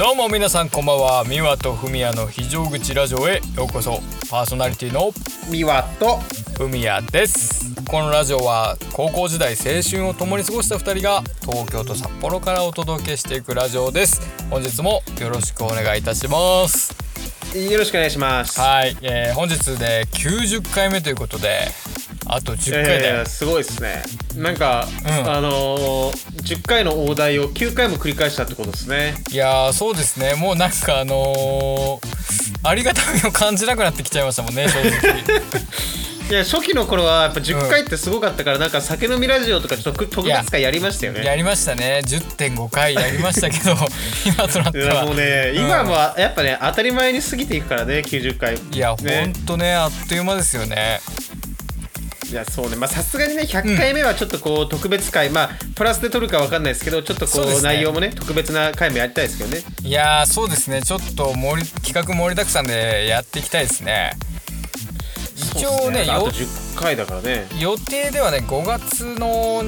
どうも皆さんこんばんは。ミワとフミヤの非常口ラジオへようこそ。パーソナリティのミワとフミヤです。このラジオは高校時代青春を共に過ごした2人が東京と札幌からお届けしていくラジオです。本日もよろしくお願いいたします。 よろしくお願いします。 はい、本日で90回目ということであと10回ですごいですね。なんか、10回の大台を9回も繰り返したってことですね。 いやーそうですね。もうなんかありがたみを感じなくなってきちゃいましたもんね、正直いや初期の頃はやっぱ10回ってすごかったから、なんか酒飲みラジオとかちょっと特別会やりましたよね。 やりましたね。 10.5 回やりましたけど今となってはもうね、今はやっぱね当たり前に過ぎていくからね、90回。 いや、ね、ほんとね、あっという間ですよね。 いやそうね、まあさすがにね100回目はちょっとこう特別回、まあプラスで撮るか分かんないですけど、ちょっとこう内容もね特別な回もやりたいですけどね。 いやーそうですね、ちょっと企画盛りだくさんでやっていきたいですね。一応ね、 あと10回だからね。 予定ではね5月の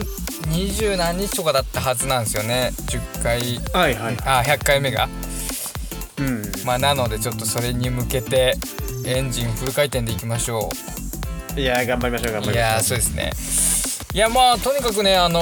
20何日とかだったはずなんですよね、10回、100回目が。まあなのでちょっとそれに向けてエンジンフル回転でいきましょう。 いや頑張りましょう。 いやそうですね。いやまあとにかくね、もう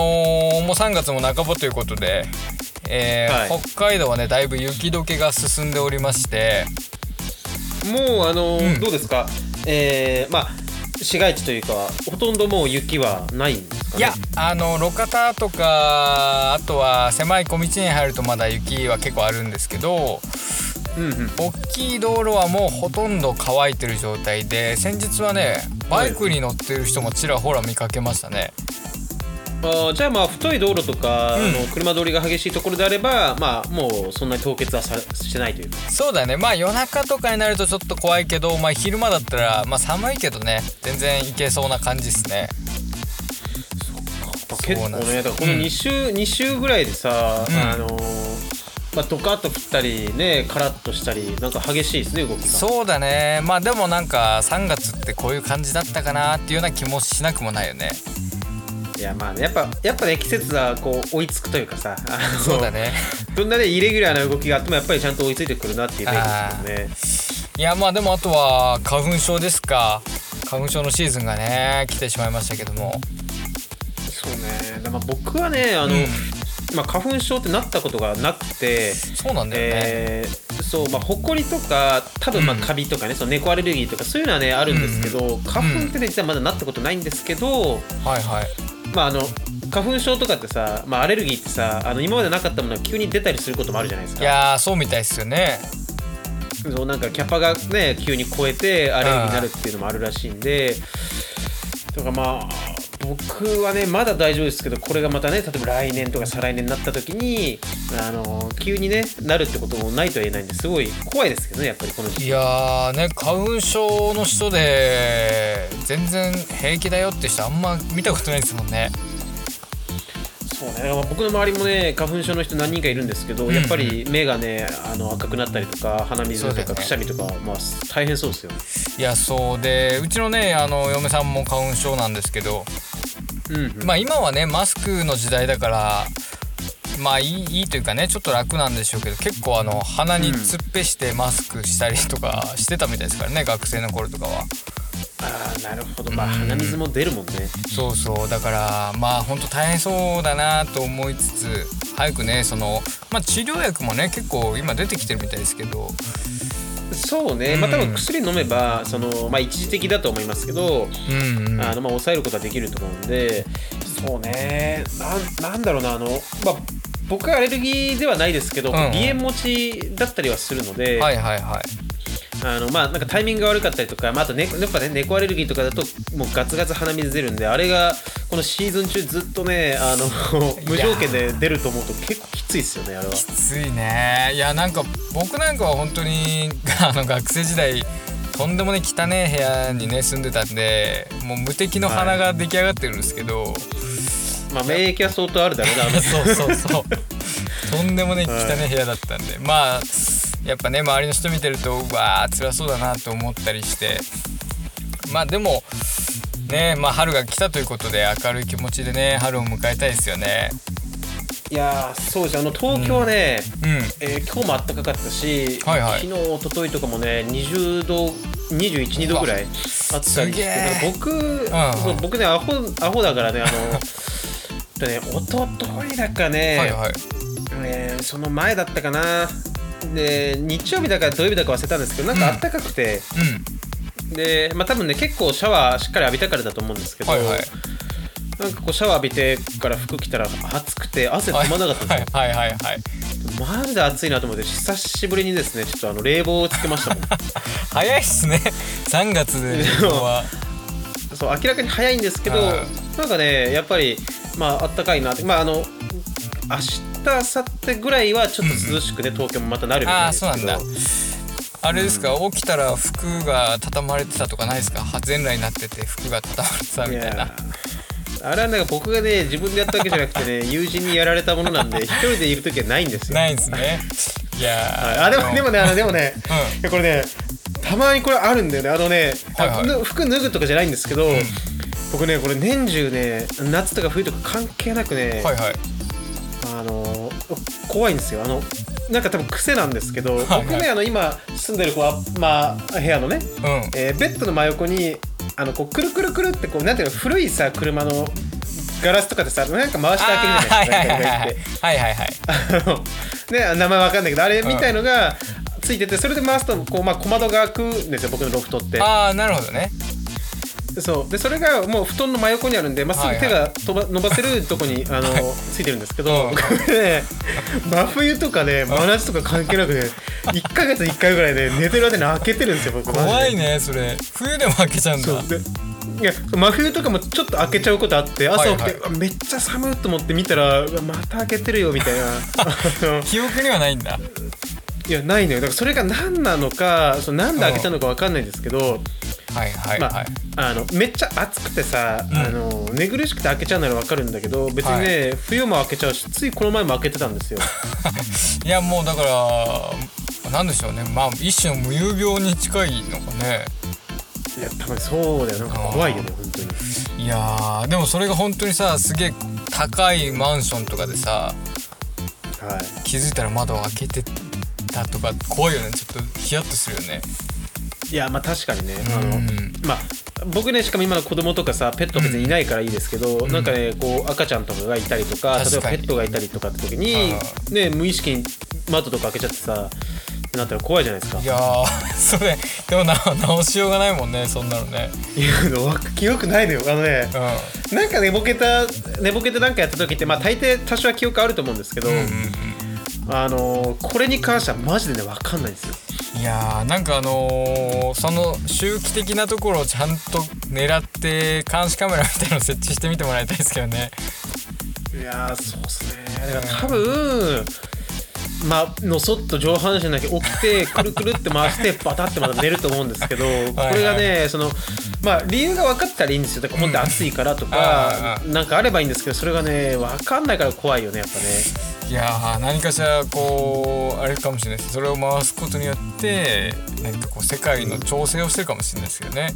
3月も半ばということで、北海道はねだいぶ雪解けが進んでおりまして、 もうどうですか、まあ市街地というかほとんどもう雪はないんですかね。 いや路肩とかあとは狭い小道に入るとまだ雪は結構あるんですけど、大きい道路はもうほとんど乾いてる状態で、先日はねバイクに乗ってる人もちらほら見かけましたね。 じゃあまあ太い道路とか、車通りが激しいところであれば、まあもうそんなに凍結はしてないというか。 そうだね。まあ夜中とかになるとちょっと怖いけど、まあ昼間だったらまあ寒いけどね全然いけそうな感じですね。 結構ね、だからこの2週ぐらいでさ、まあ、ドカッと降ったりね、カラッとしたり、なんか激しいですね動きが。 そうだね。まあでもなんか3月ってこういう感じだったかなっていうような気もしなくもないよね。 いやまあね、やっぱね季節はこう追いつくというかさ、 そうだね。 どんなねイレギュラーな動きがあってもやっぱりちゃんと追いついてくるなっていうイメージですよね。 いやまあでもあとは花粉症ですか。花粉症のシーズンがね来てしまいましたけども。 そうね。まあ僕はねまあ、花粉症ってなったことがなくて。 そうなんだよね。 そうまあほこりとか多分まあカビとかね、その猫アレルギーとかそういうのはねあるんですけど、花粉ってね実はまだなったことないんですけど、まあ花粉症とかってさ、まあ、アレルギーってさ今までなかったものが急に出たりすることもあるじゃないですか。 いやーそうみたいですよね。 そうなんかキャパがね急に超えてアレルギーになるっていうのもあるらしいんで、とかまあ僕はねまだ大丈夫ですけど、これがまたね例えば来年とか再来年になった時に急にねなるってこともないとは言えないんで、すごい怖いですけどねやっぱりこの時期。 いやーね、花粉症の人で全然平気だよって人あんま見たことないですもんね。 そうね、僕の周りもね花粉症の人何人かいるんですけど、やっぱり目がね赤くなったりとか鼻水とかくしゃみとか、まあ大変そうですよ。 いやそうで、うちのね嫁さんも花粉症なんですけど、まあ今はねマスクの時代だからまあいいというかねちょっと楽なんでしょうけど、結構鼻に突っぺしてマスクしたりとかしてたみたいですからね、学生の頃とかは。 なるほど。まあ鼻水も出るもんね。 そうそう、だからまあほんと大変そうだなと思いつつ、早くねまあ治療薬もね結構今出てきてるみたいですけど。 そうね、まあ多分薬飲めばまあ一時的だと思いますけど、まあ抑えることはできると思うんで、そうね、なんだろうな、まあ僕はアレルギーではないですけど、鼻炎持ちだったりはするので、まあなんかタイミングが悪かったりとか、まあ、あとやっぱね猫アレルギーとかだともうガツガツ鼻水出るんで、あれがこのシーズン中ずっとね無条件で出ると思うと結構きついですよね、あれは。 きついね。いやなんか僕なんかは本当に学生時代とんでもね汚ね部屋にね住んでたんで、もう無敵の鼻が出来上がってるんですけど、 まあ免疫は相当あるだろうなそうとんでもね汚ね部屋だったんで、まあやっぱね周りの人見てるとうわー辛そうだなと思ったりして、まあでもね、まあ春が来たということで明るい気持ちでね春を迎えたいですよね。 いやそうですね、東京はね、今日も暖かかったし、 はいはい、 昨日一昨日とかもね20度21、2度ぐらいあったんですけど、僕ねアホだからねおとといだかね、はいはい、その前だったかなで日曜日だか土曜日だか忘れたんですけどなんか暖かくて、で多分ね結構シャワーしっかり浴びたからだと思うんですけど、はいはい、なんかこうシャワー浴びてから服着たら暑くて汗止まらなかったんですよ。はいはいはいはい。マジで暑いなと思って久しぶりにですねちょっと冷房をつけましたもん。 早いっすね。3月では。 そう明らかに早いんですけど、なんかねやっぱり暖かいなって明日明後日ぐらいはちょっと涼しくね、東京もまたなるみたいですけど。 そうなんだ。あれですか、起きたら服が畳まれてたとかないですか？全裸になってて服が畳まれてたみたいな。 あれはなんか僕がね自分でやったわけじゃなくてね友人にやられたものなんで一人でいる時はないんですよ。 ないんですね。いやでもね、これねたまにこれあるんだよね。服脱ぐとかじゃないんですけど、僕ねこれ年中ね夏とか冬とか関係なくね、怖いんですよ。なんか多分癖なんですけど、僕ね今住んでる部屋のね、ベッドの真横にこうくるくるくるってこうなんていうの古いさ車のガラスとかでさなんか回して開けるじゃないですか。はいはいはい。名前わかんないけどあれみたいのがついててそれで回すとこう小窓が開くんですよ僕のロフトって。 ああなるほどね。 そうでそれがもう布団の真横にあるんで、すぐ手が伸ばせるとこについてるんですけど、真冬とかね真夏とか関係なくね1ヶ月1回ぐらいで寝てる間に開けてるんですよ僕。 怖いねそれ。冬でも開けちゃうんだ。 いや真冬とかもちょっと開けちゃうことあって朝起きて、めっちゃ寒いと思って見たらまた開けてるよみたいな記憶にはないんだ。 いやないのよ。だからそれが何なのかなんで開けたのか分かんないんですけど、めっちゃ暑くてさ、寝苦しくて開けちゃうなら分かるんだけど別にね、冬も開けちゃうしついこの前も開けてたんですよ。 いやもうだからなんでしょうね一種の無遊病に近いのかね。 いや多分そうだよ。なんか怖いよね本当に。 いやでもそれが本当にさすげえ高いマンションとかでさ、気づいたら窓を開けてたとか怖いよね。ちょっとヒヤッとするよね。 いや確かにね僕ねしかも今の子供とかさペット別にいないからいいですけど、なんかねこう赤ちゃんとかがいたりとか例えばペットがいたりとかって時にね無意識に窓とか開けちゃってさなったら怖いじゃないですか。 いやそれでも直しようがないもんねそんなのね。 いや記憶ないのよなんか寝ぼけてなんかやった時って大抵多少は記憶あると思うんですけど、これに関してはマジでね分かんないんですよ。 いやなんかその周期的なところをちゃんと狙って監視カメラみたいなの設置してみてもらいたいですけどね。 いやそうっすね。だから多分のそっと上半身だけ起きてくるくるって回してバタってまた寝ると思うんですけどこれがね理由が分かったらいいんですよ。だから本当暑いからとかなんかあればいいんですけどそれがね分かんないから怖いよねやっぱね。 いや何かしらこうあれかもしれないです。それを回すことによって何かこう世界の調整をしてるかもしれないですよね。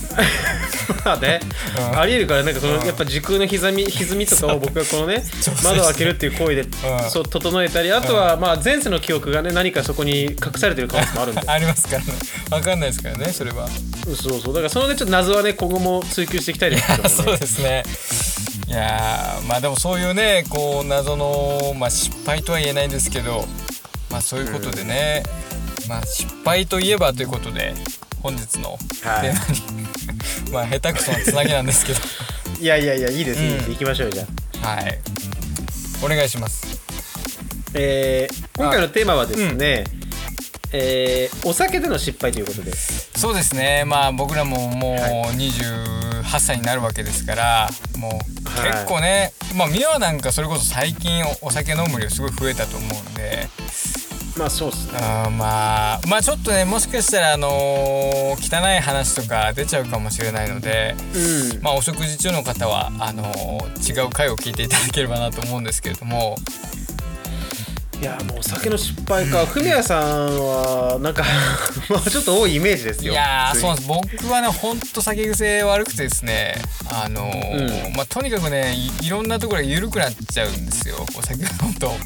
ありえるからなんかやっぱ時空の歪みとかを僕がこのね窓を開けるっていう行為で整えたりあとは前世の記憶がね何かそこに隠されてる可能性もあるんでありますからね。分かんないですからねそれは。 そうだからそのねちょっと謎はね今後も追求していきたいですけどね。 そうですね。いやでもそういうねこう謎の失敗とは言えないんですけどそういうことでね、失敗といえばということで本日のテーマに下手くそなつなぎなんですけどいやいいですね、行きましょうじゃあ。 お願いします。 今回のテーマはですね、お酒での失敗ということで。 そうですね。僕らももう28歳になるわけですからもう結構ねミワなんかそれこそ最近お酒飲む量すごい増えたと思うんでそうっすね。 ちょっとねもしかしたら汚い話とか出ちゃうかもしれないので、お食事中の方は違う回を聞いていただければなと思うんですけれども。 いやもうお酒の失敗か、フミヤさんはなんかもうちょっと多いイメージですよ。 いやそうなんです。僕はねほんと酒癖悪くてですね、まあとにかくね いろんなところが緩くなっちゃうんですよ、お酒を飲むと。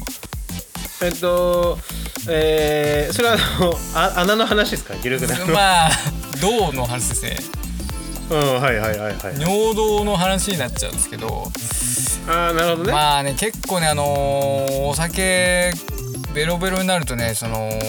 それは穴の話ですか、緩くなる。 まあ銅の話ですね。 はいはいはいはい。 尿道の話になっちゃうんですけど、 なるほどね。 まあね結構ねお酒ベロベロになるとね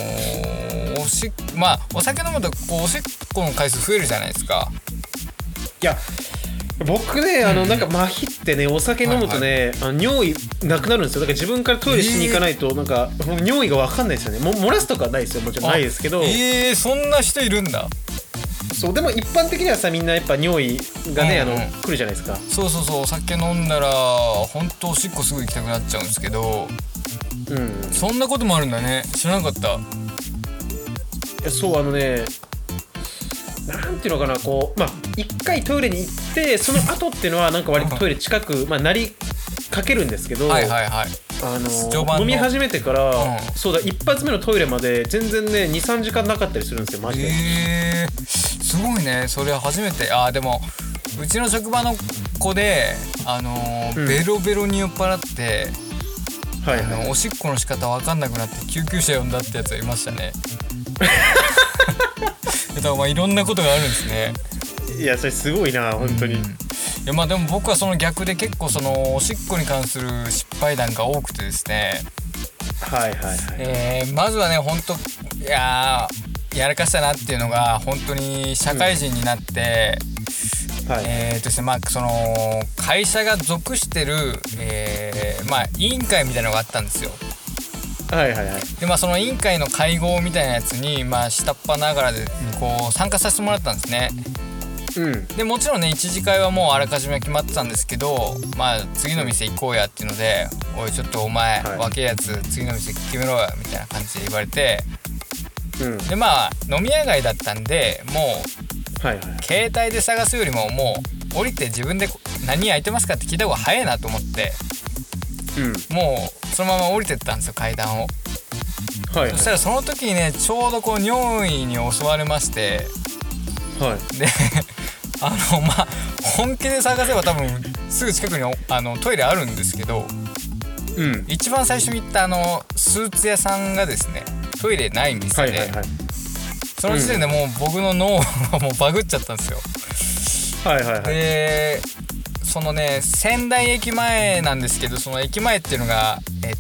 まあお酒飲むとこうおしっこの回数増えるじゃないですか。 いや僕ねなんか麻痺ってね、お酒飲むとね、尿意なくなるんですよ。だから自分からトイレしに行かないとなんか尿意が分かんないですよね。漏らすとかはないですよ、もちろんないですけど。 そんな人いるんだ。 そうでも一般的にはさ、みんなやっぱ尿意がね、来るじゃないですか。 そうお酒飲んだら本当おしっこすぐ行きたくなっちゃうんですけど、そんなこともあるんだね。知らなかった。いやそうなんていうのかな、こう一回トイレに行ってその後っていうのはなんか割とトイレ近くなりかけるんですけど、飲み始めてから、そうだ一発目のトイレまで全然ね 2,3 時間なかったりするんですよ、マジで。 すごいね、それは初めて。でもうちの職場の子でベロベロに酔っ払って、おしっこの仕方分かんなくなって救急車呼んだってやつがいましたね。いろんなことがあるんですね。 いやそれすごいな本当に。いやでも僕はその逆で結構おしっこに関する失敗談が多くてですね。まずはね本当やらかしたなっていうのが本当に社会人になって、会社が属してる、委員会みたいなのがあったんですよ。でその委員会の会合みたいなやつに下っ端ながらでこう参加させてもらったんですね。でもちろんね一次会はもうあらかじめ決まってたんですけど、次の店行こうやっていうので、おいちょっとお前、若えやつ次の店決めろよみたいな感じで言われて、で飲み屋街だったんでもう、携帯で探すよりももう降りて自分で何空いてますかって聞いた方が早いなと思って、もうそのまま降りてったんですよ、階段を。そしたらその時にねちょうどこう尿意に襲われまして、で本気で探せば多分すぐ近くにトイレあるんですけど、一番最初に行ったスーツ屋さんがですねトイレない店で、その時点でもう僕の脳がもうバグっちゃったんですよ。でそのね仙台駅前なんですけど、その駅前っていうのが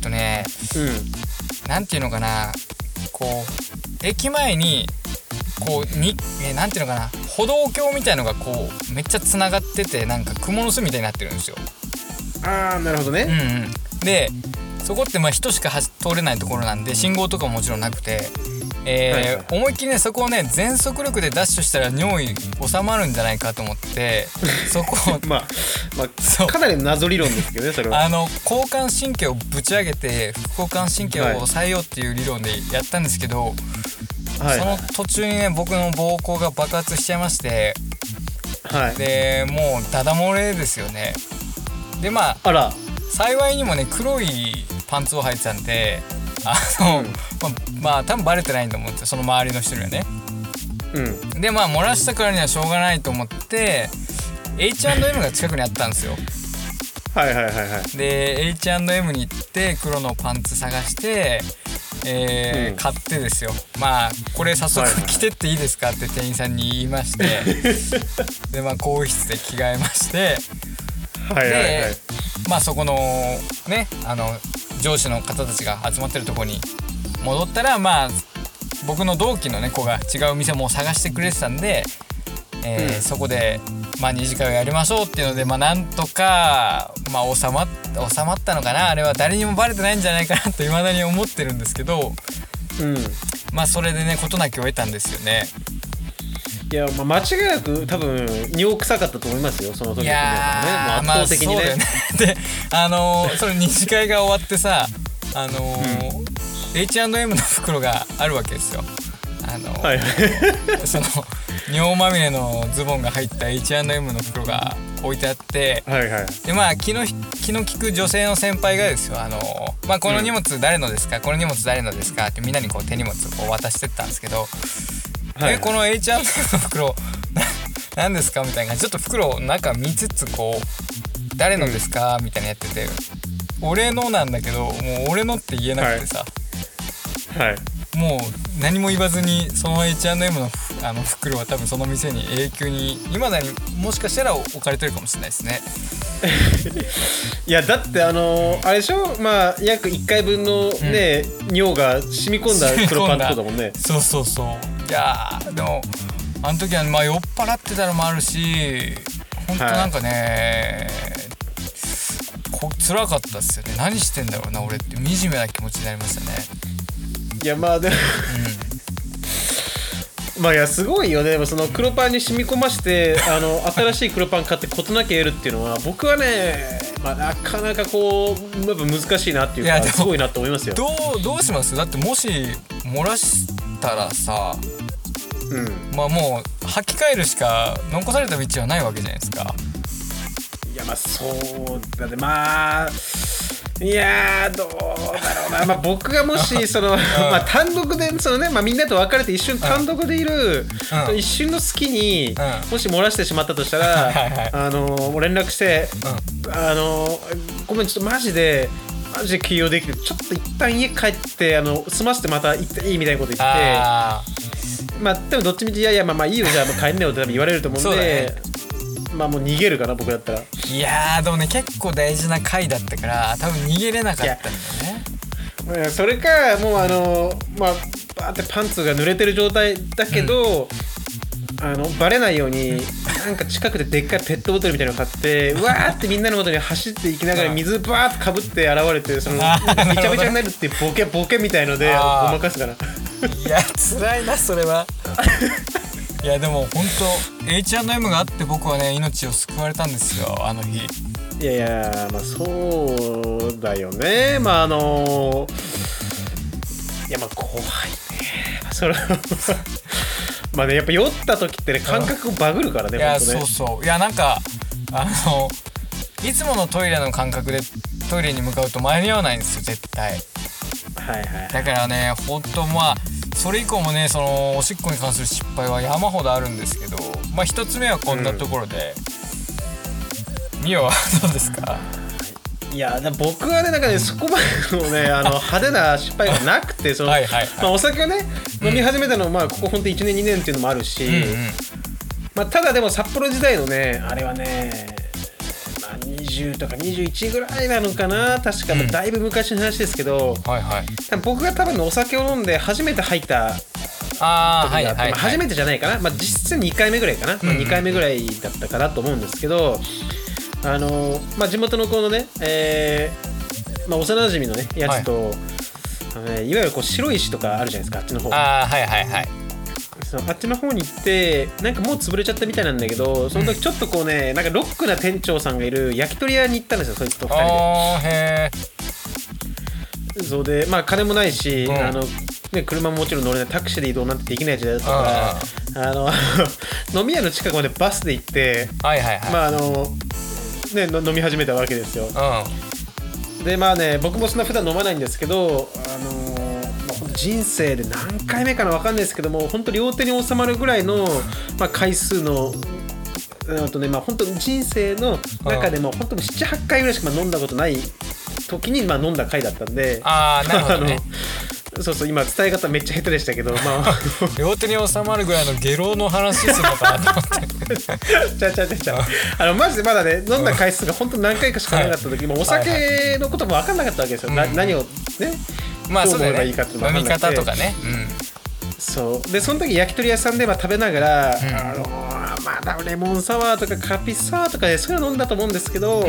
なんていうのかな、こう駅前にこうなんていうのかな、歩道橋みたいのがこうめっちゃつながってて、なんか蜘蛛の巣みたいになってるんですよ。 なるほどね。 でそこって人しか通れないところなんで信号とかももちろんなくて、思いっきりねそこをね全速力でダッシュしたら尿意収まるんじゃないかと思ってそこをかなり謎理論ですけどね、それは。 交感神経をぶち上げて副交感神経を抑えようっていう理論でやったんですけど、その途中にね僕の膀胱が爆発しちゃいまして、でもうダダ漏れですよね。で幸いにもね黒いパンツを履いてたんで多分バレてないと思うんですよ、その周りの人にはね。で漏らしたからにはしょうがないと思って、H&M が近くにあったんですよ。で H&M に行って黒のパンツ探して、買ってですよ。これ早速着てっていいですかって店員さんに言いましてで更衣室で着替えまして、でそこのね上司の方たちが集まってるとこに戻ったら僕の同期のね子が違う店も探してくれてたんで、そこで二次会をやりましょうっていうのでなんとか収まったのかな。あれは誰にもバレてないんじゃないかなと未だに思ってるんですけど、それでね事なきを得たんですよね。 いや間違いなく多分尿臭かったと思いますよ、その時のね。圧倒的にね。 でそれ二次会が終わってさH&M の袋があるわけですよ。 はい、 その尿まみれのズボンが入った H&M の袋が置いてあって、 はいはい、 でまあ気の利く女性の先輩がですよ、まあ、この荷物誰のですか、この荷物誰のですかってみんなにこう手荷物をこう渡してったんですけど、はい、この H&M の袋何ですかみたいな、ちょっと袋を中見つつこう誰のですかみたいなやってて、俺のなんだけどもう俺のって言えなくてさ、 はいはい、 もう何も言わずにその H&M の袋は多分その店に永久に未だにもしかしたら置かれてるかもしれないですね。 いやだってあれでしょ、まあ約1回分のね、尿が染み込んだ黒パンってことだもんね。 そうそうそう。いやでもあの時はまあ酔っ払ってたのもあるし、本当なんかね、辛かったっすよね。何してんだろうな俺って惨めな気持ちになりましたね。 いやまあでも、まあいやすごいよね。でもその黒パンに染み込まして新しい黒パン買って事なきゃ得るっていうのは僕はね、まあ、なかなかこうやっぱ難しいなっていうか、すごいなと思いますよ。 どうします？だってもし漏らしたらさ、まあもう履き替えるしか残された道はないわけじゃないですか。 いやまあそうだね、まあいやどうだろうな、まあ、僕がもしそのまあ単独でそのね、まあ、みんなと別れて一瞬単独でいる、一瞬の隙に、もし漏らしてしまったとしたら、もう連絡して、ごめんちょっとマジで起用できる、ちょっと一旦家帰って済ませてまた行っていいみたいなこと言って、まあでもどっちみちいやまあいいよじゃあもう帰んねよって多分言われると思うんで、まあもう逃げるかな僕だったら。 いやでもね結構大事な回だったから多分逃げれなかったんだよね。 それかもうまあバーってパンツが濡れてる状態だけど、バレないようになんか近くででっかいペットボトルみたいなの買ってうわーってみんなの元に走っていきながら水バーってかぶって現れて、そのめちゃめちゃになるっていうボケみたいのでごまかすかな。 いや辛いなそれは。いやでも本当 H&M があって僕はね命を救われたんですよあの日。 いやいやまあそうだよね。まあいやまあ怖いねそれまあねやっぱ酔った時ってね感覚バグるからね。 いや、 ね、 そうそういやなんかいつものトイレの感覚でトイレに向かうと間に合わないんですよ絶対。 はいはい。 だからね本当まあそれ以降もねそのおしっこに関する失敗は山ほどあるんですけど、まあ一つ目はこんなところで、ミオはどうですか？ いや僕はねなんかねそこまでのね派手な失敗がなくてそのはいはい、はいまあ、お酒をね飲み始めたのは、まあここ本当1年2年っていうのもあるし、まあ、ただでも札幌時代のねあれはね、まあ、20とか21ぐらいなのかな確か、だいぶ昔の話ですけど、はいはい、僕が多分お酒を飲んで初めて入ったはいはいはい、初めてじゃないかな、まあ、実質2回目ぐらいかな、2回目ぐらいだったかなと思うんですけどまあ、地元の子のね、まあ、幼馴染のねやつと、はい、いわゆるこう白石とかあるじゃないですかあっちの方。はいはいはい。あっちの方に行ってなんかもう潰れちゃったみたいなんだけどその時ちょっとこうねなんかロックな店長さんがいる焼き鳥屋に行ったんですよそいつと2人で。へー。そうでまあ金もないし、ね、車ももちろん乗れないタクシーで移動なんてできない時代だったから飲み屋の近くまでバスで行って、はいはいはい、まあね、飲み始めたわけですよ。でまあね僕もそんな普段飲まないんですけど、まあ、本当人生で何回目かな分かんないですけども本当両手に収まるぐらいの、まあ、回数のねまあ、本当人生の中でも本当に 7,8 回ぐらいしか飲んだことない時に、まあ、飲んだ回だったんで。なるほどねそうそう今伝え方めっちゃ下手でしたけど、まあ、 両手に収まるぐらいのゲロの話するのかなと思ってちゃマジでまだね飲んだ回数が本当何回かしかなかった時、もお酒のことも分かんなかったわけですよ、何をねまあそうだよね飲み方とかね、 そうでその時焼き鳥屋さんで食べながら、まだレモンサワーとかカピサワーとかでそういうの飲んだと思うんですけど、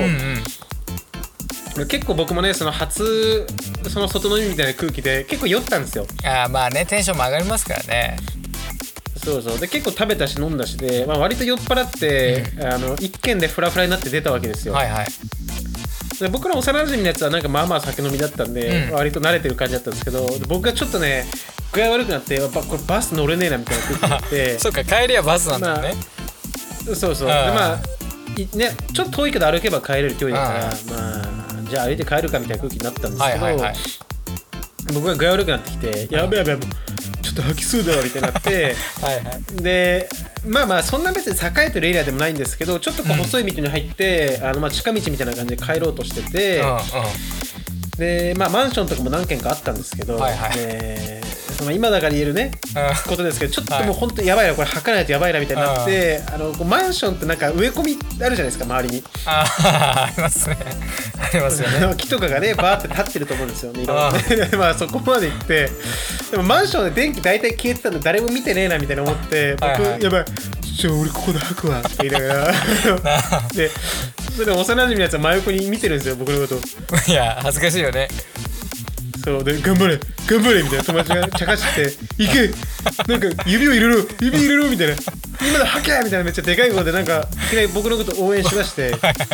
結構僕もねその初その外飲みみたいな空気で結構酔ったんですよ。 まあねテンションも上がりますからね。 そうそうで結構食べたし飲んだしで、まあ、割と酔っ払って、一軒でフラフラになって出たわけですよ。はいはい。で僕ら幼馴染のやつはなんかまあまあ酒飲みだったんで、割と慣れてる感じだったんですけど僕がちょっとね具合悪くなってやっぱこれバス乗れねえなみたいな空気になってそうか帰りはバスなんだよね、 そうそうでまあねちょっと遠いけど歩けば帰れる距離だからまあじゃあ歩いて帰るかみたいな空気になったんですけど、僕が具合悪くなってきてやべえもうちょっと吐きそうだわみたいになってでまあそんな別に栄えてるエリアでもないんですけどちょっとこう細い道に入って、まあ近道みたいな感じで帰ろうとしてて、でまあマンションとかも何軒かあったんですけど、その今だから言えるねことですけどちょっともう本当にやばいなこれ吐かないとやばいなみたいになってこうマンションってなんか植え込みあるじゃないですか周りにありますねありますよね木とかがねバーって立ってると思うんですよねまあそこまで行ってでもマンションで電気大体消えてたんで誰も見てねえなみたいな思って僕やばいじゃあ俺ここで吐くわって言いながらでそれ幼馴染のやつは真横に見てるんですよ僕のこといや恥ずかしいよねそうで頑張れみたいな友達が茶化して行けなんか指入れろみたいな今だ吐けみたいなめっちゃでかい声でなんかいきなり僕のこと応援しだして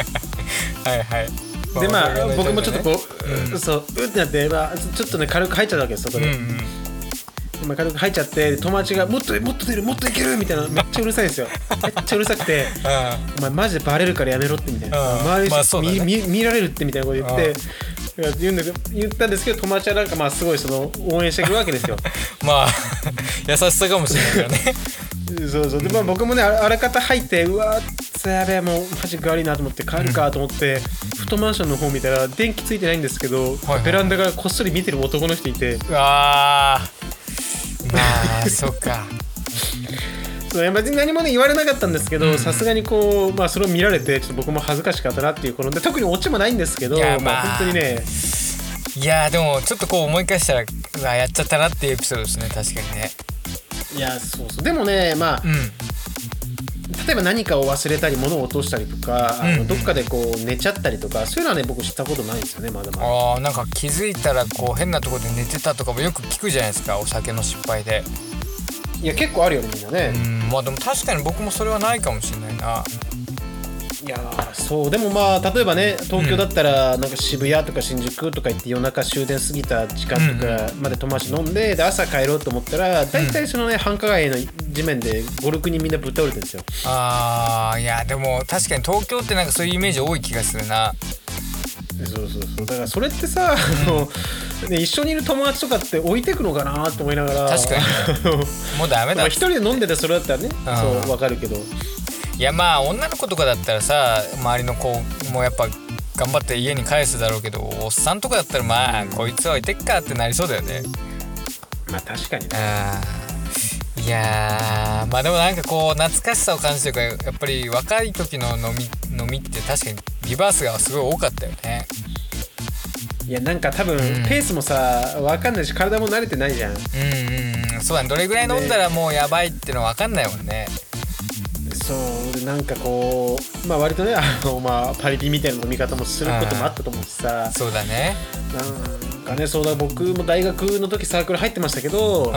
でまあ僕もちょっとこうそうってなってまあちょっとね軽く入っちゃったわけですそこでまあ軽く入っちゃって友達がもっと出るもっといけるみたいなめっちゃうるさいんですよめっちゃうるさくてお前マジでバレるからやめろってみたいな周り見られるってみたいなこと言って言ったんですけど友達はなんかまあすごいその応援してくるわけですよまあ優しさかもしれないからねそうでまあ僕もねあらかた入ってうわやべえもうマジ悪いなと思って帰るかと思ってフットマンションの方見たら電気ついてないんですけどベランダからこっそり見てる男の人いてまあそっかそう別に何もね言われなかったんですけどさすがにこうまあそれを見られてちょっと僕も恥ずかしかったなっていうことで特にオチもないんですけどまあ本当にねいやでもちょっとこう思い返したらうわやっちゃったなっていうエピソードですね確かにねいやそうでもねまあ、例えば何かを忘れたり物を落としたりとかどっかでこう寝ちゃったりとかそういうのはね僕知ったことないんですよねまだまだなんか気づいたらこう変なところで寝てたとかもよく聞くじゃないですかお酒の失敗でいや結構あるよねみんなねまあでも確かに僕もそれはないかもしれないいやそうでもまあ例えばね東京だったらなんか渋谷とか新宿とか行って夜中終電過ぎた時間とかまで友達飲んで朝帰ろうと思ったら大体そのね繁華街の地面で 5,6 人みんなぶっ倒れてるんですよいやでも確かに東京ってなんかそういうイメージ多い気がするなそうだからそれってさね、一緒にいる友達とかって置いてくのかなって思いながら確かにもうダメだ一人で飲んでてそれだったらねそう分かるけどいやまあ女の子とかだったらさ周りの子もやっぱ頑張って家に返すだろうけどおっさんとかだったらまあこいつは置いてっかってなりそうだよねまあ確かにねいやまあでもなんかこう懐かしさを感じてるからやっぱり若い時の飲みって確かにリバースがすごい多かったよねいやなんか多分ペースもさ分かんないし体も慣れてないじゃんそうだねどれぐらい飲んだらもうやばいっての分かんないもんねそうでなんかこうまあ割とねまあパリピみたいな飲み方もすることもあったと思うしさそうだねなんかねそうだ僕も大学の時サークル入ってましたけど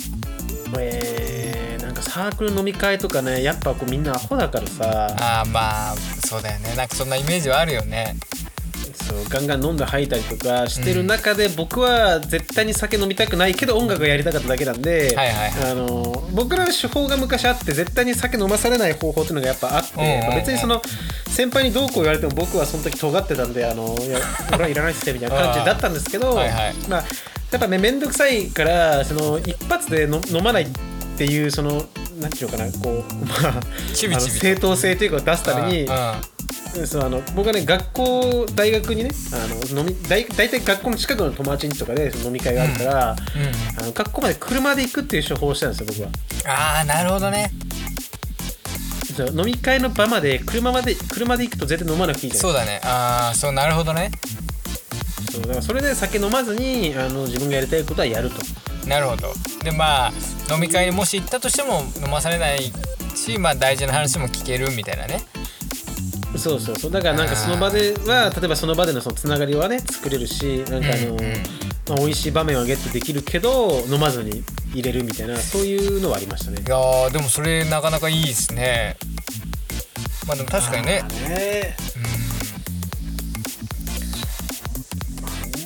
なんかサークル飲み会とかねやっぱこうみんなアホだからさまあそうだよねなんかそんなイメージはあるよねそうガンガン飲んで吐いたりとかしてる中で、僕は絶対に酒飲みたくないけど音楽がやりたかっただけなんで、僕らの手法が昔あって絶対に酒飲まされない方法っていうのがやっぱあって、別にその先輩にどうこう言われても僕はその時尖ってたんでいや俺はいらないっすねみたいな感じだったんですけどまあやっぱね面倒くさいからその一発で飲まないっていうそのなんていうのかなこうまあ正当性というかを出すためにそう僕はね大学にね大体学校の近くの友達ん家とかでその飲み会があるから、学校まで車で行くっていう手法をしたんですよ僕は。 なるほどね。 飲み会の場まで車で行くと絶対飲まなくていいじゃん。 そうだね。そうなるほどね。 そうだからそれで酒飲まずに自分がやりたいことはやると。 なるほど。で飲み会にもし行ったとしても飲まされないし、大事な話も聞けるみたいなね。 そうだからなんかその場では例えばその場でのそのつながりはね作れるしなんか美味しい場面はゲットできるけど飲まずに入れるみたいなそういうのはありましたね。 いやでもそれなかなかいいですね。でも確かにね。 今は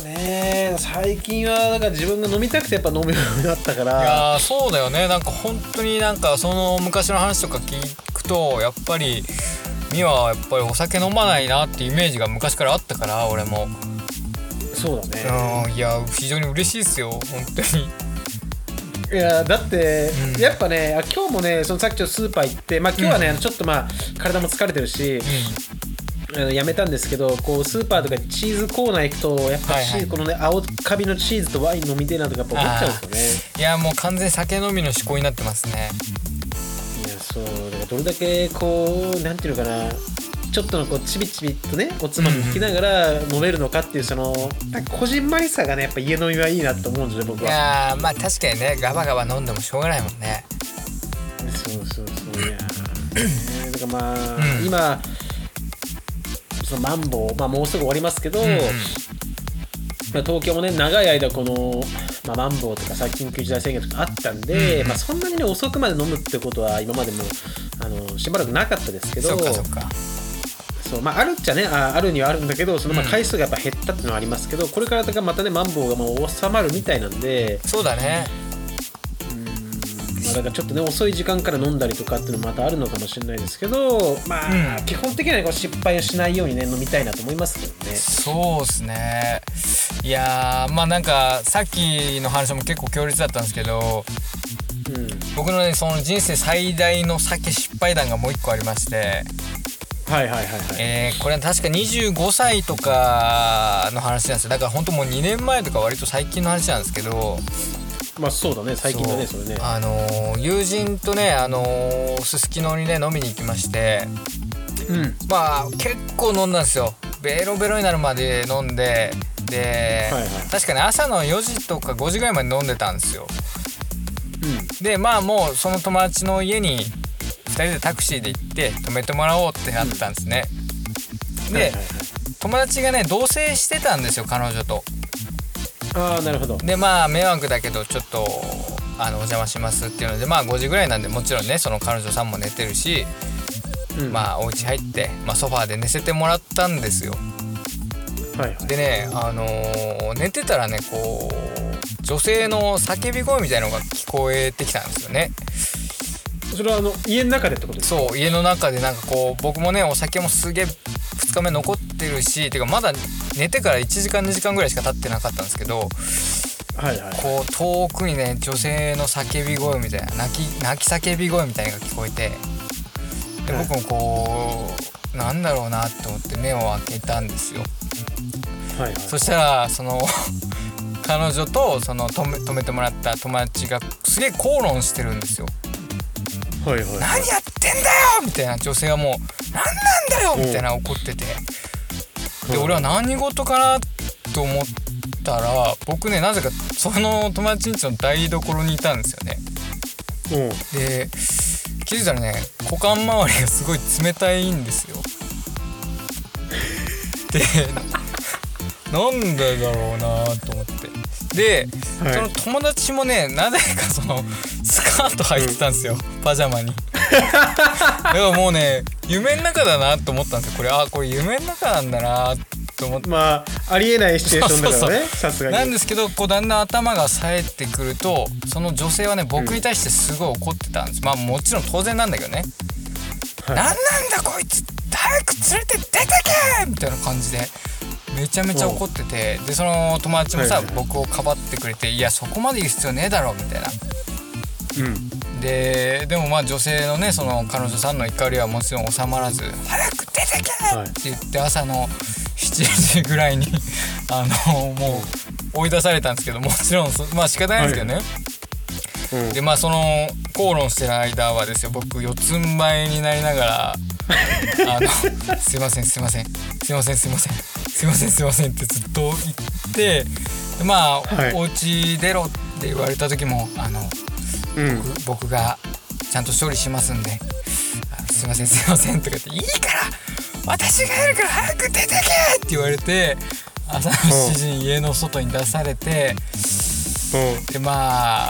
ね最近はだから自分が飲みたくてやっぱ飲むようになったから。 いやそうだよね。なんか本当になんかその昔の話とか聞くとやっぱりミワはやっぱりお酒飲まないなってイメージが昔からあったから俺も。 そうだね。 いや非常に嬉しいですよ本当に。 いやだって、やっぱね今日もねそのさっきちょっとスーパー行って、まあ今日はね、ちょっとまあ体も疲れてるし、やめたんですけど、こうスーパーとかチーズコーナー行くとやっぱこのね青カビのチーズとワイン飲みてえなとかやっぱ思っちゃうんですよね。 いやもう完全に酒飲みの嗜好になってますね。 いやそうだからどれだけこうなんていうのかな、ちょっとのこうチビチビとねおつまみ引きながら飲めるのかっていうそのこじんまりさがねやっぱ家飲みはいいなと思うんですよ僕は。 いやまあ確かにねガバガバ飲んでもしょうがないもんね。 そういやだからまあ、今そのマンボウ、まあ、もうすぐ終わりますけど、まあ、東京もね長い間この、まあ、マンボウとか緊急事態宣言とかあったんで、まあ、そんなにね遅くまで飲むってことは今までもしばらくなかったですけど。 そうかそうまあ、あるっちゃねあるにはあるんだけどそのまあ回数がやっぱ減ったっていうのはありますけど、これからまたねマンボウがもう収まるみたいなんで。 そうだね。 まあ、だからちょっとね遅い時間から飲んだりとかっていうのもまたあるのかもしれないですけど、まあ、基本的にはこう失敗をしないようにね飲みたいなと思いますけどね。 そうですね。いやまあなんかさっきの話も結構強烈だったんですけど、僕のねその人生最大の酒失敗談がもう一個ありまして、これは確か25歳とかの話なんですよ。だから本当もう2年前とか割と最近の話なんですけど。 まあそうだね最近だねそれね。 友人とねすすきのにね飲みに行きまして、まあ結構飲んだんですよ。ベロベロになるまで飲んで、で、確かに朝の4時とか5時ぐらいまで飲んでたんですよ。でまあもうその友達の家に2人でタクシーで行って泊めてもらおうってなったんですね。で、友達がね同棲してたんですよ彼女と。 ああなるほど。 でまあ迷惑だけどちょっとお邪魔しますっていうので、まあ5時ぐらいなんでもちろんねその彼女さんも寝てるし、まあお家入って、まあ、ソファーで寝せてもらったんですよ。でね寝てたらねこう女性の叫び声みたいなのが聞こえてきたんですよね。 それは家の中でってことですか？ そう家の中でなんかこう僕もねお酒もすげえ2日目残ってるし、てかまだ寝てから1時間2時間ぐらいしか経ってなかったんですけど、こう遠くにね女性の叫び声みたいな泣き叫び声みたいなのが聞こえて、で僕もこうなんだろうなと思って目を開けたんですよ。そしたらその彼女とその泊めてもらった友達がすげえ口論してるんですよ。何やってんだよみたいな、女性はもう何なんだよみたいな怒ってて、で俺は何事かなと思ったら、僕ねなぜかその友達ん家の台所にいたんですよね。で気づいたらね股間周りがすごい冷たいんですよ。でなんでだろうなと思って、で、その友達もねなぜかそのスカート履いてたんですよ、パジャマに。だからもうね夢の中だなと思ったんですよ。これ夢の中なんだなと思って、 まあありえないシチュエーションだからね、さすがに。 なんですけどこうだんだん頭が冴えてくると、その女性はね僕に対してすごい怒ってたんです。まあもちろん当然なんだけどね、なんなんだこいつ早く連れて出てけみたいな感じでめちゃめちゃ怒ってて、でその友達もさ、僕をかばってくれて、いやそこまで言う必要ねえだろみたいな。でもまあ女性のねその彼女さんの怒りはもちろん収まらず、早く出てけって言って朝の7時ぐらいにもう追い出されたんですけど、もちろんまあ仕方ないですけどね。でまあその口論してる間はですよ、僕四つん這いになりながらすいませんすいませんすいませんすいませんすいませんすいませんってずっと言って、でまあ、お家出ろって言われた時も僕がちゃんと処理しますんで、すいませんすいませんとか言って、いいから私がやるから早く出てけって言われて、朝の7時に家の外に出されて、でまあ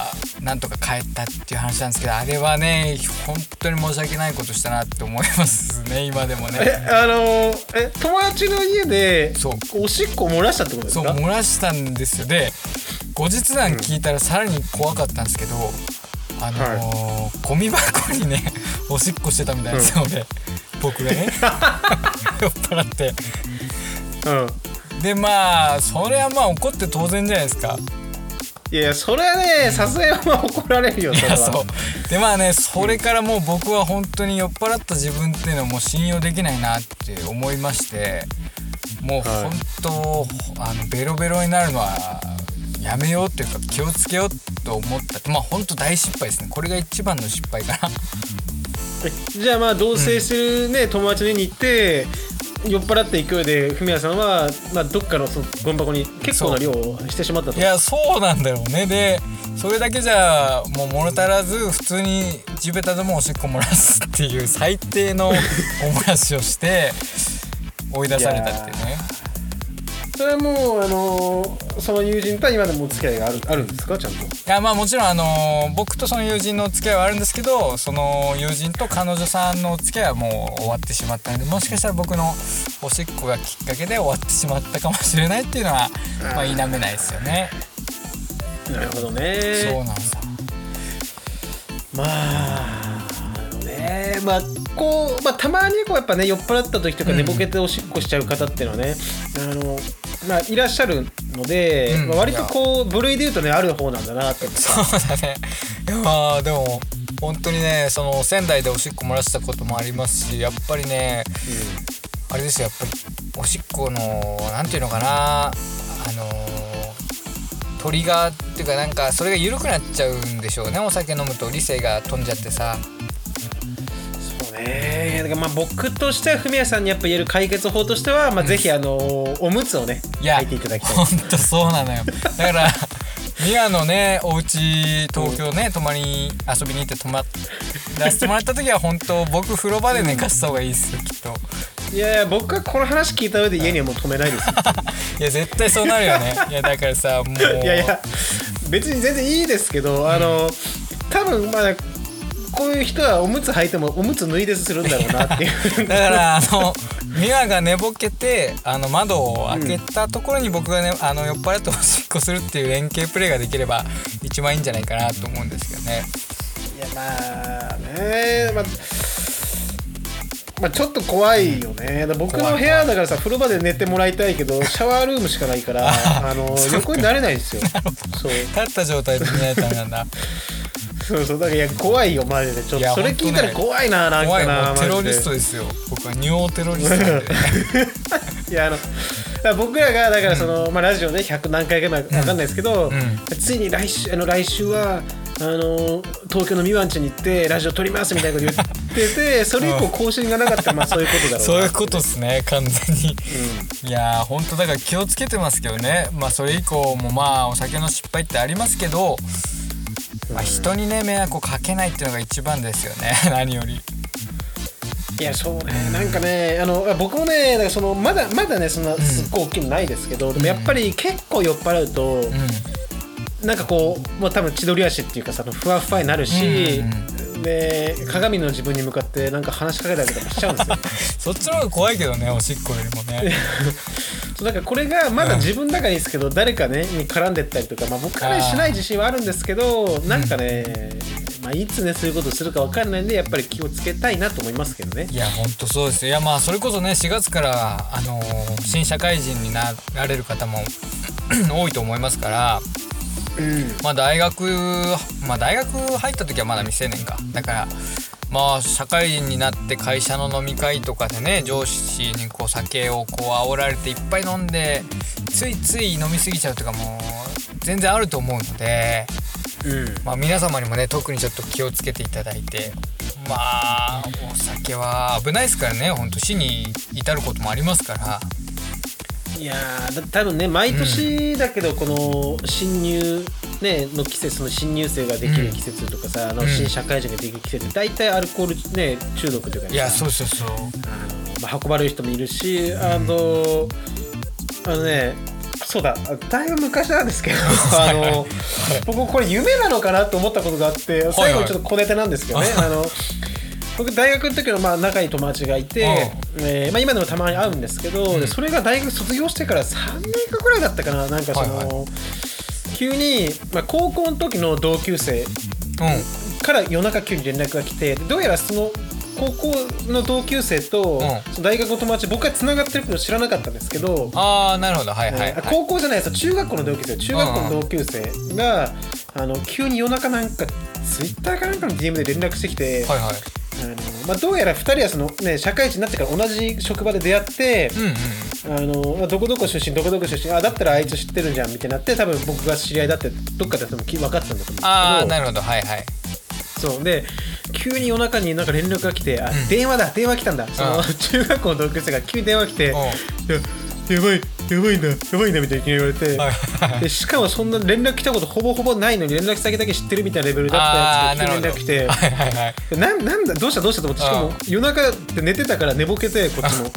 なんとか帰ったっていう話なんですけど、あれはね本当に申し訳ないことしたなって思いますね今でもね。 友達の家でそうおしっこ漏らしたってことですか？ そう漏らしたんですよ。で後日談聞いたらさらに怖かったんですけど、ゴミ箱にねおしっこしてたみたいですよ、俺僕がね酔っ払って、でまあそれはまあ怒って当然じゃないですか。 いやそれはねさすがに怒られるよ。それはそうでまあねそれからもう僕は本当に酔っ払った自分っていうのはもう信用できないなって思いまして、もう本当、ベロベロになるのはやめようっていうか気をつけようと思った。まあ本当大失敗ですね。これが一番の失敗かな。 じゃあまあ同棲するね、友達の家に行って酔っ払った勢いでフミヤさんは、まあ、どっかのそのゴミ箱に結構な量をしてしまったと。 いやそうなんだよね。でそれだけじゃもう物足らず普通に地べたでもおしっこ漏らすっていう最低のお漏らしをして追い出されたっていうね。 それはもうその友人とは今でもお付き合いがあるんですかちゃんと？ いやまあもちろん僕とその友人のお付き合いはあるんですけど、その友人と彼女さんのお付き合いはもう終わってしまったので、もしかしたら僕のおしっこがきっかけで終わってしまったかもしれないっていうのはまあ否めないですよね。 なるほどね。 そうなんさ。 まあこう、まあ、たまにこうやっぱね酔っ払った時とか寝ぼけておしっこしちゃう方っていうのはね、まあ、いらっしゃるので、まあ、割とこう部類で言うとねある方なんだなって。 そうだね。いやまあでも本当にねその仙台でおしっこ漏らしたこともありますし、やっぱりね、あれですよ、やっぱりおしっこのなんていうのかな、トリガーっていうかなんかそれが緩くなっちゃうんでしょうね。お酒飲むと理性が飛んじゃってさ。 だからまあ僕としてはフミヤさんにやっぱ言える解決法としては、まあ、ぜひおむつをね履いていただきたい。 ほんとそうなのよ。だからミヤのねお家東京ね泊まりに遊びに行って泊まらせてもらった時は本当僕風呂場で寝かした方がいいですよきっと。 いや僕はこの話聞いた上で家にはもう止めないですよ。 いや絶対そうなるよね。いやだからさもういや別に全然いいですけど、多分まあこういう人はおむつ履いてもおむつ脱いでするんだろうなっていうだからミワが寝ぼけて窓を開けたところに僕がね酔っ払っておしっこするっていう連携プレーができれば一番いいんじゃないかなと思うんですけどね。 いやまあねまあちょっと怖いよね。僕の部屋だからさ風呂場で寝てもらいたいけどシャワールームしかないから横になれないんですよ。 そう立った状態で寝ないとダメなんだ。 そうだからいや怖いよマジで。ちょっとそれ聞いたら怖いな。なんかなテロリストですよ僕は。尿テロリストなんでいや僕らがだからその、まあ、ラジオで100何回か分かんないですけど、ついに来週は東京のミワンチに行ってラジオ撮りますみたいなこと言っててそれ以降更新がなかったらまあそういうことだろうな。そういうことですね完全に、いや本当だから気をつけてますけどね。まあそれ以降もまあお酒の失敗ってありますけど、まあ、人にね迷惑をかけないっていうのが一番ですよね何より。いやそうねなんかね僕もねだからそのまだねそんなすっごい大きいのないですけど、でもやっぱり結構酔っ払うと、なんかこうもう多分千鳥足っていうかさふわふわになるし、で鏡の自分に向かってなんか話しかけたりとかしちゃうんですよそっちの方が怖いけどねおしっこよりもねそうだからこれがまだ自分の中にですけど、誰かねに絡んでったりとか、まあ、僕はねしない自信はあるんですけど、なんかね、まあ、いつねそういうことするか分かんないんでやっぱり気をつけたいなと思いますけどね。いや本当そうですよ。いやまあそれこそね4月から新社会人になられる方も多いと思いますから、まあ大学入った時はまだ未成年か。だからまあ社会人になって会社の飲み会とかでね上司にこう酒をこう煽られていっぱい飲んでついつい飲み過ぎちゃうとかも全然あると思うので、まあ皆様にもね特にちょっと気をつけていただいて、まあお酒は危ないですからね本当死に至ることもありますから。いや多分ね毎年だけどこの新入、ね、の季節の新入生ができる季節とかさ、新社会人ができる季節って大体アルコール、ね、中毒というか、ね、いやそうまあ、運ばれる人もいるし、ねそうだ、だいぶ昔なんですけど僕これ夢なのかなと思ったことがあって最後にちょっと小ネタなんですけどね、僕大学の時の仲いい友達がいて、今でもたまに会うんですけど、でそれが大学卒業してから3年間くらいだったかな、なんか急に、高校の時の同級生から夜中急に連絡が来て、どうやらその高校の同級生と、その大学の友達、僕がつながってること知らなかったんですけど、 なるほど、 高校じゃないです、中学校の同級生が急に夜中なんかツイッターかなんかの DM で連絡してきて、どうやら2人はその、社会人になってから同じ職場で出会って、どこどこ出身だったらあいつ知ってるんじゃんみたいになって、多分僕が知り合いだってどっかで分かってたんだと思うんですけど、 なるほど、 そうで急に夜中になんか連絡が来て、電話来たんだ、その中学校の同級生が急に電話来て、やばいんだみたいに言われて、でしかもそんな連絡来たことほぼないのに連絡先だけ知ってるみたいなレベルだったやつが急に連絡来て、なんだどうしたと思って、しかも夜中で寝てたから寝ぼけて、こっちも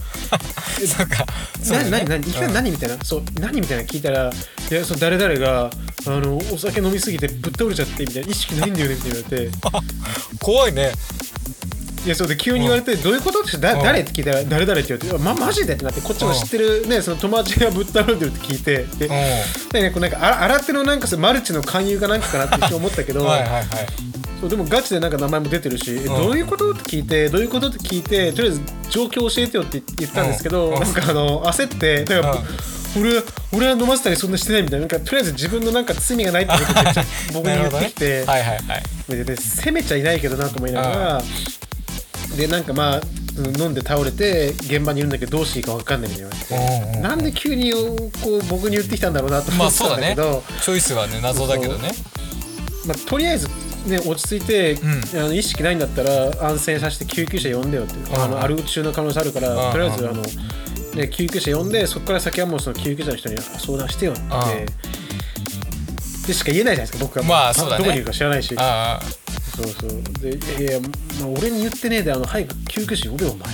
何みたいな、何みたいな聞いたら、いや、誰々がお酒飲みすぎてぶっ倒れちゃってみたいな、意識ないんだよねみたいに言われて怖いね。 いや、そうで急に言われて、どういうことって誰って聞いたら、誰々って言われて、マジでってなって、こっちも知ってるね、その友達がぶっ倒れてるって聞いて、でなんか新手のなんかマルチの勧誘かなんかかなって一瞬思ったけど、そうでもガチでなんか名前も出てるし、どういうことって聞いて、とりあえず状況教えてよって言ったんですけど、なんか焦って、だから俺は飲ませたりそんなしてないみたいな、なんかとりあえず自分のなんか罪がないってことめっちゃ僕に言ってきて、で責めちゃいないけどなと思いながら、でなんか飲んで倒れて現場にいるんだけどどうしていいか分かんないみたいな言われて、なんで急にこう僕に言ってきたんだろうなと思ってたんだけど、 チョイスはね謎だけどね、 とりあえずね、落ち着いて、意識ないんだったら安静させて救急車呼んでよって、アル中の可能性あるから、とりあえず救急車呼んで、そこから先はもうその救急車の人に相談してよってでしか言えないじゃないですか、僕は、どこにいるか知らないし。そうで、俺に言ってねえで早く救急車呼べよお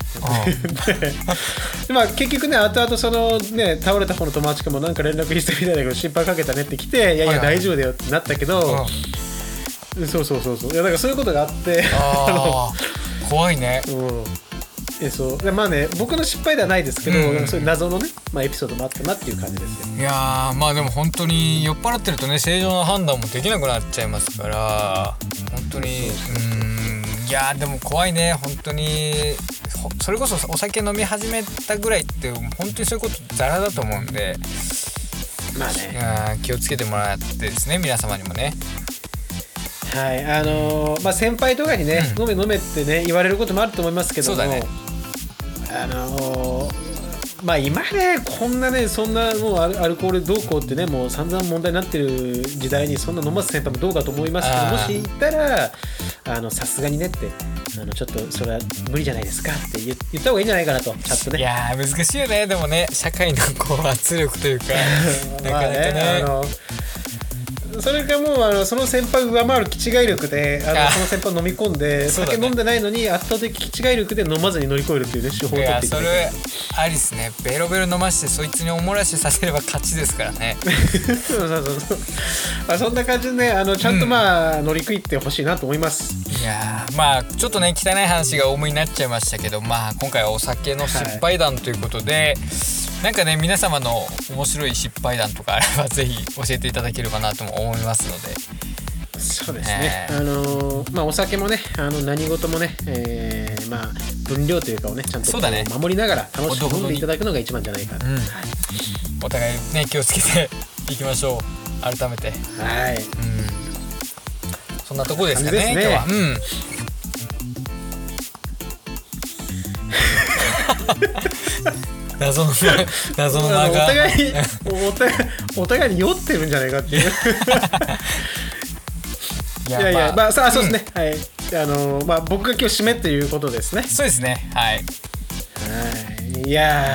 前結局ね、後々そのね倒れた方の友達かもなんか連絡してみたいだけど心配かけたねって来て、いや大丈夫だよってなったけど、そういやだからそういうことがあって怖いね。 そうで僕の失敗ではないですけど、そういう謎のね、エピソードもあったなっていう感じですよ。 いやでも本当に酔っ払ってるとね、正常な判断もできなくなっちゃいますから、本当にいやでも怖いね、本当に。それこそお酒飲み始めたぐらいって本当にそういうことザラだと思うんで、気をつけてもらってですね、皆様にもね。 先輩とかにね、飲めってね言われることもあると思いますけども、今ねこんなねそんなもうアルコールどうこうってねもう散々問題になってる時代にそんな飲ます先輩もどうかと思いますけど、もしいたらさすがにねってちょっとそれは無理じゃないですかって言った方がいいんじゃないかなと、ちゃんとね。 いや難しいよね、でもね、社会のこう圧力というかなかなかねそれかもうその先輩を上回る気違い力でその先輩を飲み込んで、酒飲んでないのに圧倒的気違い力で飲まずに乗り越えるっていうね手法を取っていく。それありっすね。ベロベロ飲ましてそいつにおもらしさせれば勝ちですからねそんな感じでねちゃんと乗り食いってほしいなと思います。 いやちょっとね汚い話が重いになっちゃいましたけど、今回はお酒の失敗談ということで、なんかね皆様の面白い失敗談とかあればぜひ教えていただければなとも思いますので。 そうですね、お酒もね何事もね、分量というかをねちゃんと守りながら楽しく飲んでいただくのが一番じゃないかな、 お互いね気をつけていきましょう、改めて。そんなとこですかね、今日は。謎のお互いに酔ってるんじゃないかっていういやそうですね、僕が今日締めということですね。 そうですね、 いや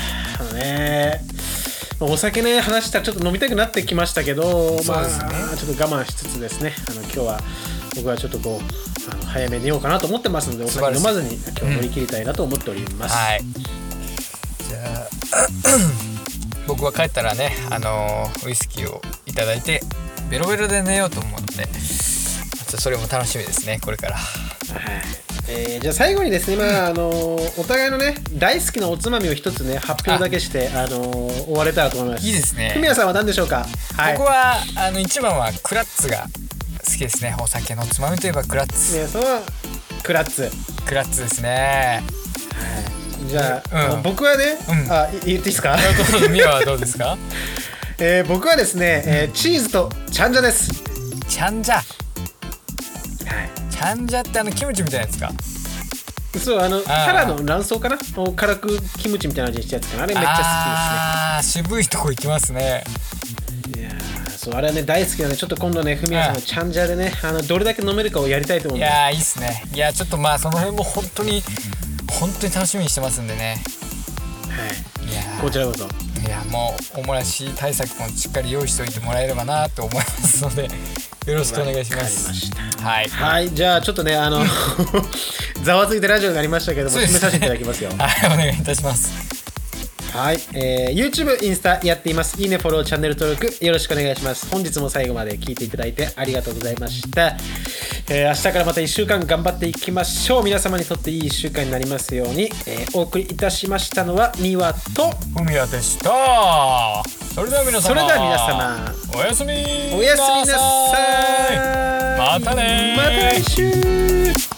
お酒ね話したらちょっと飲みたくなってきましたけど、ちょっと我慢しつつですね、今日は僕はちょっとこう早めに寝ようかなと思ってますので、お酒飲まずに今日乗り切りたいなと思っております。 じゃあ僕は帰ったらねウイスキーをいただいてベロベロで寝ようと思うので、それも楽しみですねこれから。 じゃあ最後にですね、お互いのね大好きなおつまみを一つね発表だけして、終われたらと思います。 いいですね。 フミヤさんは何でしょうか？ 僕は一番はクラッツが好きですね。お酒のつまみといえばクラッツ。 ね、そのクラッツですね。 じゃあ、僕はね、言っていいですか？ ミヤはどうですか？ 僕はですね、チーズとチャンジャです。 チャンジャ。チャンジャってキムチみたいなやつか？ そう、タラの卵巣かなを辛くキムチみたいな味にしたやつかな。あれめっちゃ好きですね。渋いとこ行きますね。 いやそうあれはね大好きなので、ちょっと今度ねフミヤさんのチャンジャでねどれだけ飲めるかをやりたいと思うんで。 いやいいっすね。いやちょっとその辺も本当に楽しみにしてますんでね。 いやこちらこそ。 いやもうおもらし対策もしっかり用意しておいてもらえればなと思いますのでよろしくお願いします。 はい、じゃあちょっとねざわついてラジオになりましたけども、締めさせていただきますよ。 はい、お願いいたします。 はい、YouTube、インスタやっています。いいね、フォロー、チャンネル登録よろしくお願いします。本日も最後まで聞いていただいてありがとうございました。明日からまた1週間頑張っていきましょう。皆様にとっていい1週間になりますように、お送りいたしましたのはミワとフミヤでした。それでは皆様おやすみなさい。 またね。 また来週。